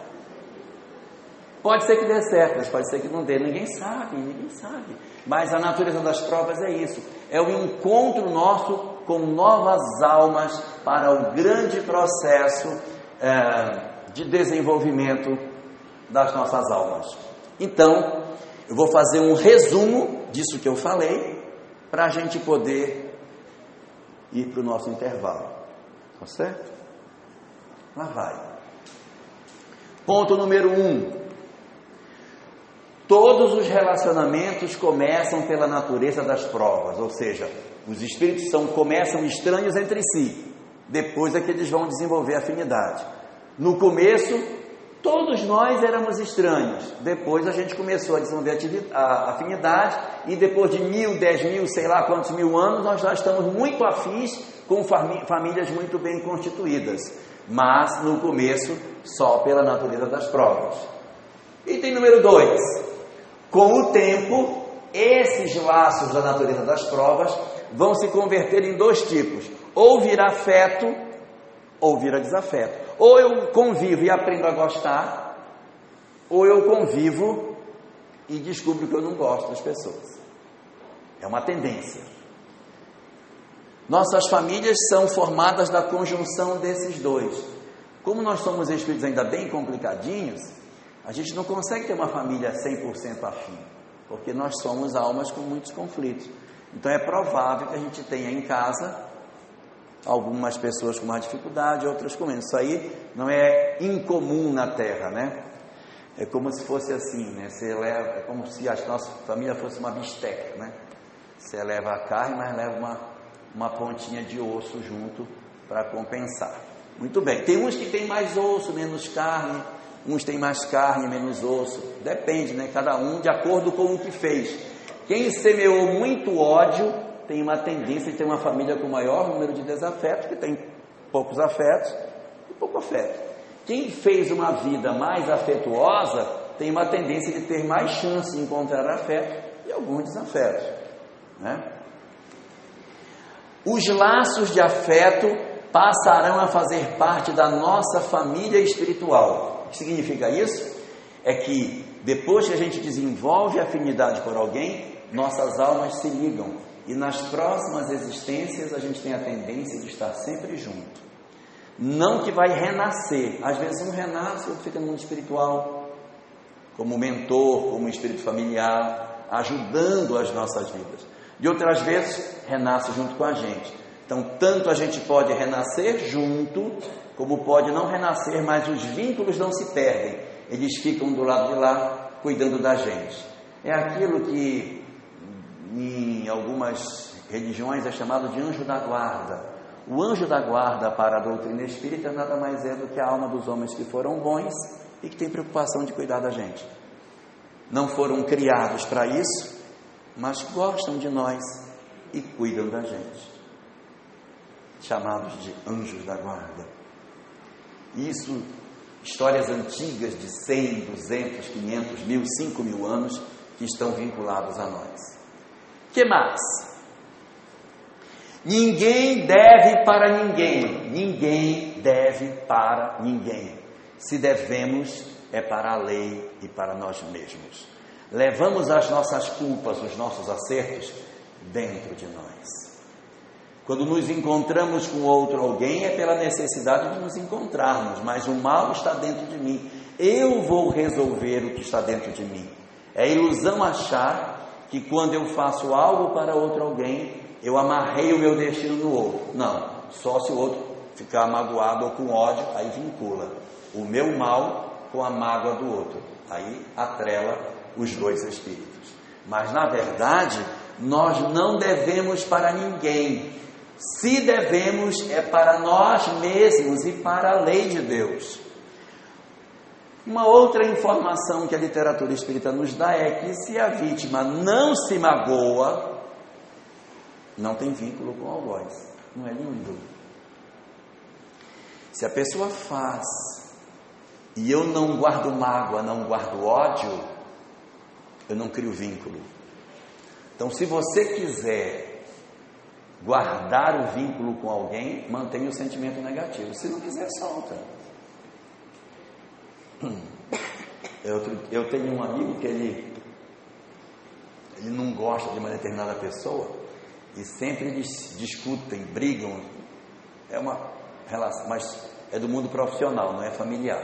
Pode ser que dê certo, mas pode ser que não dê. Ninguém sabe, ninguém sabe. Mas a natureza das provas é isso. É o encontro nosso com novas almas para o grande processo é, de desenvolvimento das nossas almas. Então, eu vou fazer um resumo disso que eu falei, para a gente poder ir para o nosso intervalo. Tá certo? Lá vai. Ponto número um. Todos os relacionamentos começam pela natureza das provas, ou seja, os espíritos são, começam estranhos entre si, depois é que eles vão desenvolver afinidade. No começo, todos nós éramos estranhos, depois a gente começou a desenvolver a afinidade, e depois de mil, dez mil, sei lá quantos mil anos, nós já estamos muito afins com famílias muito bem constituídas, mas no começo, só pela natureza das provas. Item número dois. Com o tempo, esses laços da natureza das provas vão se converter em dois tipos. Ou vira afeto, ou vira desafeto. Ou eu convivo e aprendo a gostar, ou eu convivo e descubro que eu não gosto das pessoas. É uma tendência. Nossas famílias são formadas da conjunção desses dois. Como nós somos espíritos ainda bem complicadinhos, a gente não consegue ter uma família cem por cento afim, porque nós somos almas com muitos conflitos. Então é provável que a gente tenha em casa algumas pessoas com mais dificuldade, outras com menos. Isso aí não é incomum na Terra, né? É como se fosse assim, né? Você leva, é como se a nossa família fosse uma bisteca, né? Você leva a carne, mas leva uma, uma pontinha de osso junto para compensar. Muito bem. Tem uns que tem mais osso, menos carne. Uns têm mais carne, menos osso. Depende, né? Cada um de acordo com o que fez. Quem semeou muito ódio tem uma tendência de ter uma família com maior número de desafetos, que tem poucos afetos e pouco afeto. Quem fez uma vida mais afetuosa tem uma tendência de ter mais chance de encontrar afeto e alguns desafetos, né? Os laços de afeto passarão a fazer parte da nossa família espiritual. O que significa isso? É que depois que a gente desenvolve afinidade por alguém, nossas almas se ligam e nas próximas existências a gente tem a tendência de estar sempre junto. Não que vai renascer, às vezes um renasce, outro fica no mundo espiritual, como mentor, como espírito familiar, ajudando as nossas vidas. E outras vezes renasce junto com a gente. Então, tanto a gente pode renascer junto, como pode não renascer, mas os vínculos não se perdem. Eles ficam do lado de lá, cuidando da gente. É aquilo que em algumas religiões é chamado de anjo da guarda. O anjo da guarda para a doutrina espírita nada mais é do que a alma dos homens que foram bons e que tem preocupação de cuidar da gente. Não foram criados para isso, mas gostam de nós e cuidam da gente. Chamados de anjos da guarda. Isso, histórias antigas de cem, duzentos, quinhentos, mil, cinco mil anos que estão vinculados a nós. Que mais? Ninguém deve para ninguém. Ninguém deve para ninguém. Se devemos, é para a lei e para nós mesmos. Levamos as nossas culpas, os nossos acertos dentro de nós. Quando nos encontramos com outro alguém, é pela necessidade de nos encontrarmos, mas o mal está dentro de mim. Eu vou resolver o que está dentro de mim. É ilusão achar que quando eu faço algo para outro alguém, eu amarrei o meu destino no outro. Não, só se o outro ficar magoado ou com ódio, aí vincula o meu mal com a mágoa do outro. Aí atrela os dois espíritos. Mas na verdade, nós não devemos para ninguém. Se devemos, é para nós mesmos e para a lei de Deus. Uma outra informação que a literatura espírita nos dá é que se a vítima não se magoa, não tem vínculo com o algoz. Não é lindo? Se a pessoa faz e eu não guardo mágoa, não guardo ódio, eu não crio vínculo. Então, se você quiser guardar o vínculo com alguém, mantenha o sentimento negativo. Se não quiser, solta. Eu, eu tenho um amigo que ele, ele não gosta de uma determinada pessoa e sempre eles discutem, brigam. É uma relação, mas é do mundo profissional, não é familiar.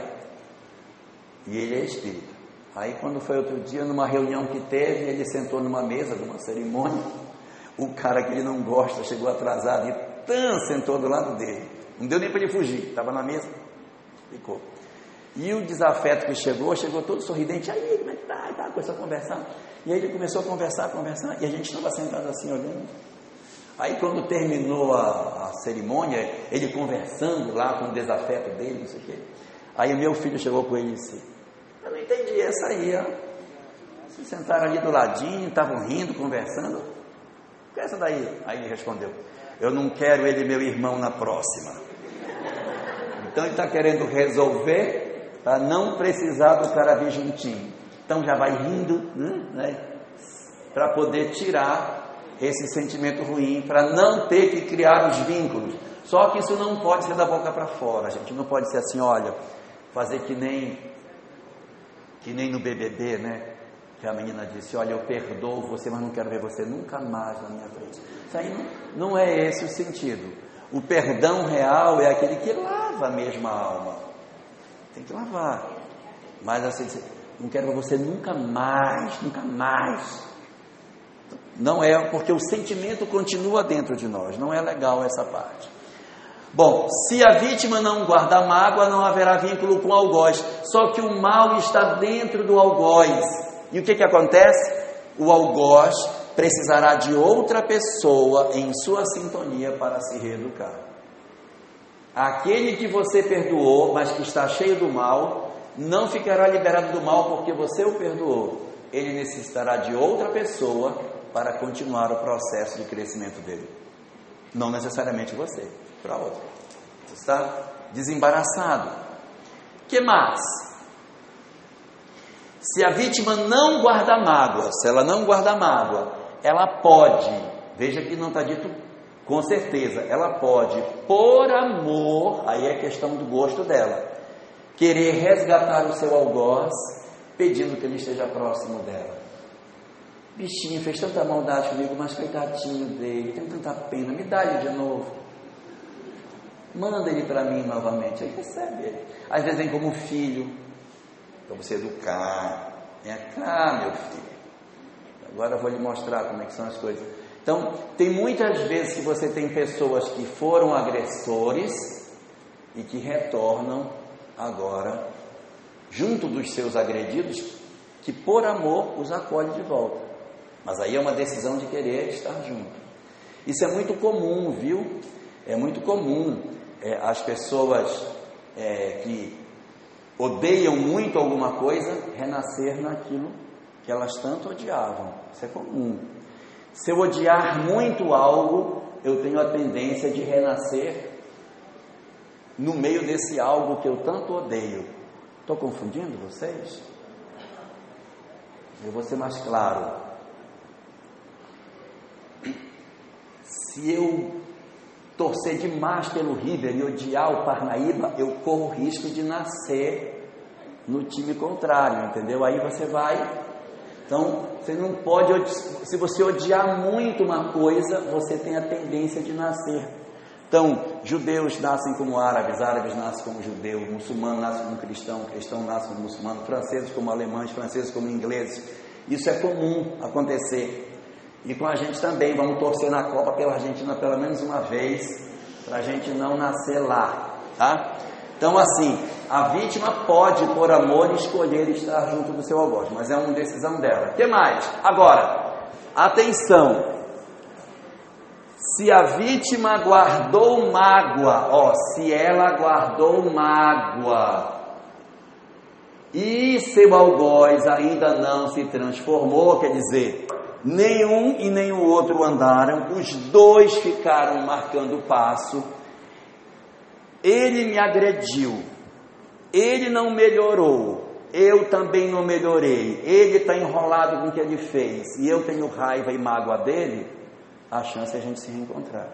E ele é espírita. Aí quando foi outro dia, numa reunião que teve, ele sentou numa mesa de uma cerimônia. O cara que ele não gosta chegou atrasado e tan, sentou do lado dele. Não deu nem para ele fugir, estava na mesa, ficou. E o desafeto que chegou, chegou todo sorridente. Aí, como é que tá? E tá, começou a conversar. E aí ele começou a conversar, conversar, e a gente estava sentado assim, olhando. Aí quando terminou a, a cerimônia, ele conversando lá com o desafeto dele, não sei o quê. Aí o meu filho chegou com ele e disse: eu não entendi essa aí, ó. Se sentaram ali do ladinho, estavam rindo, conversando. O que é essa daí? Aí ele respondeu: eu não quero ele meu irmão na próxima. Então ele está querendo resolver para não precisar do cara vir juntinho. Então já vai rindo, né? Para poder tirar esse sentimento ruim, para não ter que criar os vínculos. Só que isso não pode ser da boca para fora. A gente não pode ser assim, olha, fazer que nem que nem no B B B, né? Que a menina disse: olha, eu perdoo você, mas não quero ver você nunca mais na minha frente. Isso aí não, não é esse o sentido. O perdão real é aquele que lava mesmo a alma. Tem que lavar. Mas assim, não quero ver você nunca mais, nunca mais. Não é, porque o sentimento continua dentro de nós. Não é legal essa parte. Bom, se a vítima não guarda mágoa, não haverá vínculo com o algoz. Só que o mal está dentro do algoz. E o que que acontece? O algoz precisará de outra pessoa em sua sintonia para se reeducar. Aquele que você perdoou, mas que está cheio do mal, não ficará liberado do mal porque você o perdoou. Ele necessitará de outra pessoa para continuar o processo de crescimento dele. Não necessariamente você, para outro. Você está desembaraçado. O que mais? Se a vítima não guarda mágoa, se ela não guarda mágoa, ela pode, veja que não está dito com certeza, ela pode, por amor, aí é questão do gosto dela, querer resgatar o seu algoz, pedindo que ele esteja próximo dela. Bichinho, fez tanta maldade comigo, mas coitadinho dele, tenho tanta pena, me dá ele de novo. Manda ele para mim novamente, aí recebe ele. Às vezes vem como filho, para você educar. Vem cá, meu filho. Agora eu vou lhe mostrar como é que são as coisas. Então, tem muitas vezes que você tem pessoas que foram agressores e que retornam agora, junto dos seus agredidos, que por amor os acolhe de volta. Mas aí é uma decisão de querer estar junto. Isso é muito comum, viu? É muito comum é, as pessoas é, que odeiam muito alguma coisa renascer naquilo que elas tanto odiavam. Isso é comum. Se eu odiar muito algo, eu tenho a tendência de renascer no meio desse algo que eu tanto odeio. Estou confundindo vocês? Eu vou ser mais claro. Se eu torcer demais pelo River e odiar o Parnaíba, eu corro o risco de nascer no time contrário, entendeu? Aí você vai... Então, você não pode... Se você odiar muito uma coisa, você tem a tendência de nascer. Então, judeus nascem como árabes, árabes nascem como judeu, muçulmano nasce como cristão, cristão nasce como muçulmano, franceses como alemães, franceses como ingleses. Isso é comum acontecer. E com a gente também, vamos torcer na Copa pela Argentina pelo menos uma vez, para a gente não nascer lá, tá? Então, assim, a vítima pode, por amor, escolher estar junto do seu algoz, mas é uma decisão dela. O que mais? Agora, atenção, se a vítima guardou mágoa, ó, se ela guardou mágoa, e seu algoz ainda não se transformou, quer dizer, nenhum e nem o outro andaram, os dois ficaram marcando o passo, ele me agrediu, ele não melhorou, eu também não melhorei, ele está enrolado com o que ele fez, e eu tenho raiva e mágoa dele, a chance é a gente se reencontrar.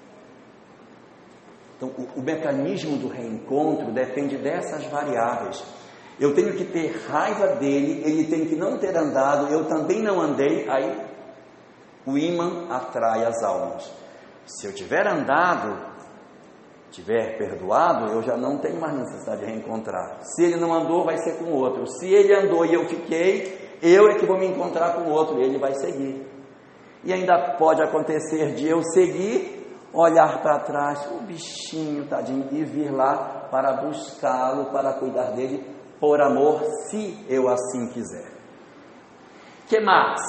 Então, o, o mecanismo do reencontro depende dessas variáveis. Eu tenho que ter raiva dele, ele tem que não ter andado, eu também não andei, aí o ímã atrai as almas. Se eu tiver andado, tiver perdoado, eu já não tenho mais necessidade de reencontrar. Se ele não andou, vai ser com o outro. Se ele andou e eu fiquei, eu é que vou me encontrar com o outro, e ele vai seguir. E ainda pode acontecer de eu seguir, olhar para trás, o bichinho, tadinho, e vir lá para buscá-lo, para cuidar dele, por amor, se eu assim quiser. Que mais?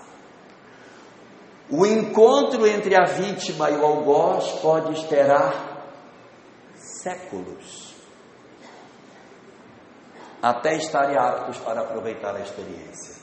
O encontro entre a vítima e o algoz pode esperar séculos, até estarem aptos para aproveitar a experiência.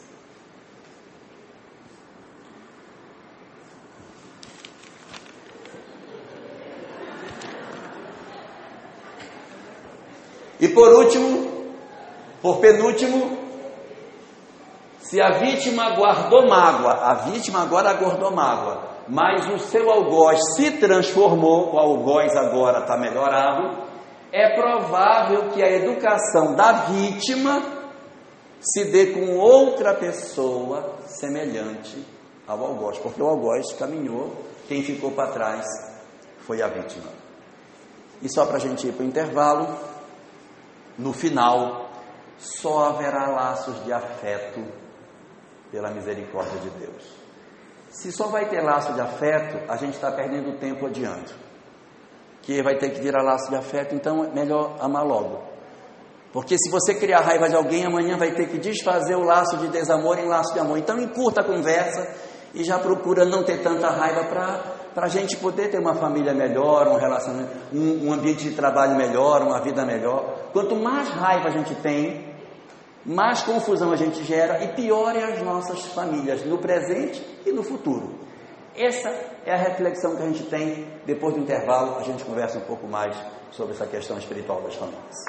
E por último, por penúltimo, se a vítima guardou mágoa, a vítima agora guardou mágoa, mas o seu algoz se transformou, o algoz agora está melhorado, é provável que a educação da vítima se dê com outra pessoa semelhante ao algoz, porque o algoz caminhou, quem ficou para trás foi a vítima. E só para a gente ir para o intervalo, no final, só haverá laços de afeto pela misericórdia de Deus. Se só vai ter laço de afeto, a gente está perdendo tempo adiando. Que vai ter que virar laço de afeto, então é melhor amar logo. Porque se você criar raiva de alguém, amanhã vai ter que desfazer o laço de desamor em laço de amor. Então encurta a conversa e já procura não ter tanta raiva para para a gente poder ter uma família melhor, um relacionamento, um, um ambiente de trabalho melhor, uma vida melhor. Quanto mais raiva a gente tem, mais confusão a gente gera e pior é as nossas famílias, no presente e no futuro. Essa é a reflexão que a gente tem. Depois do intervalo, a gente conversa um pouco mais sobre essa questão espiritual das famílias.